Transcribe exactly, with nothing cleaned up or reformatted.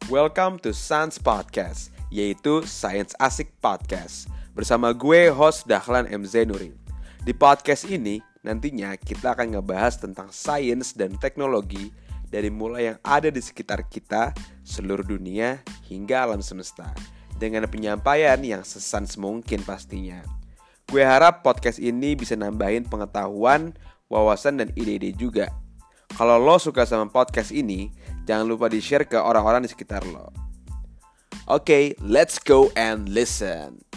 Welcome to Sans Podcast, yaitu Science Asik Podcast. Bersama gue, host Dahlan M. Zainuri. Di podcast ini, nantinya kita akan ngebahas tentang sains dan teknologi dari mulai yang ada di sekitar kita, seluruh dunia, hingga alam semesta, dengan penyampaian yang sesans mungkin pastinya. Gue harap podcast ini bisa nambahin pengetahuan, wawasan, dan ide-ide juga. Kalau lo suka sama podcast ini, jangan lupa di-share ke orang-orang di sekitar lo. Oke, okay, let's go and listen.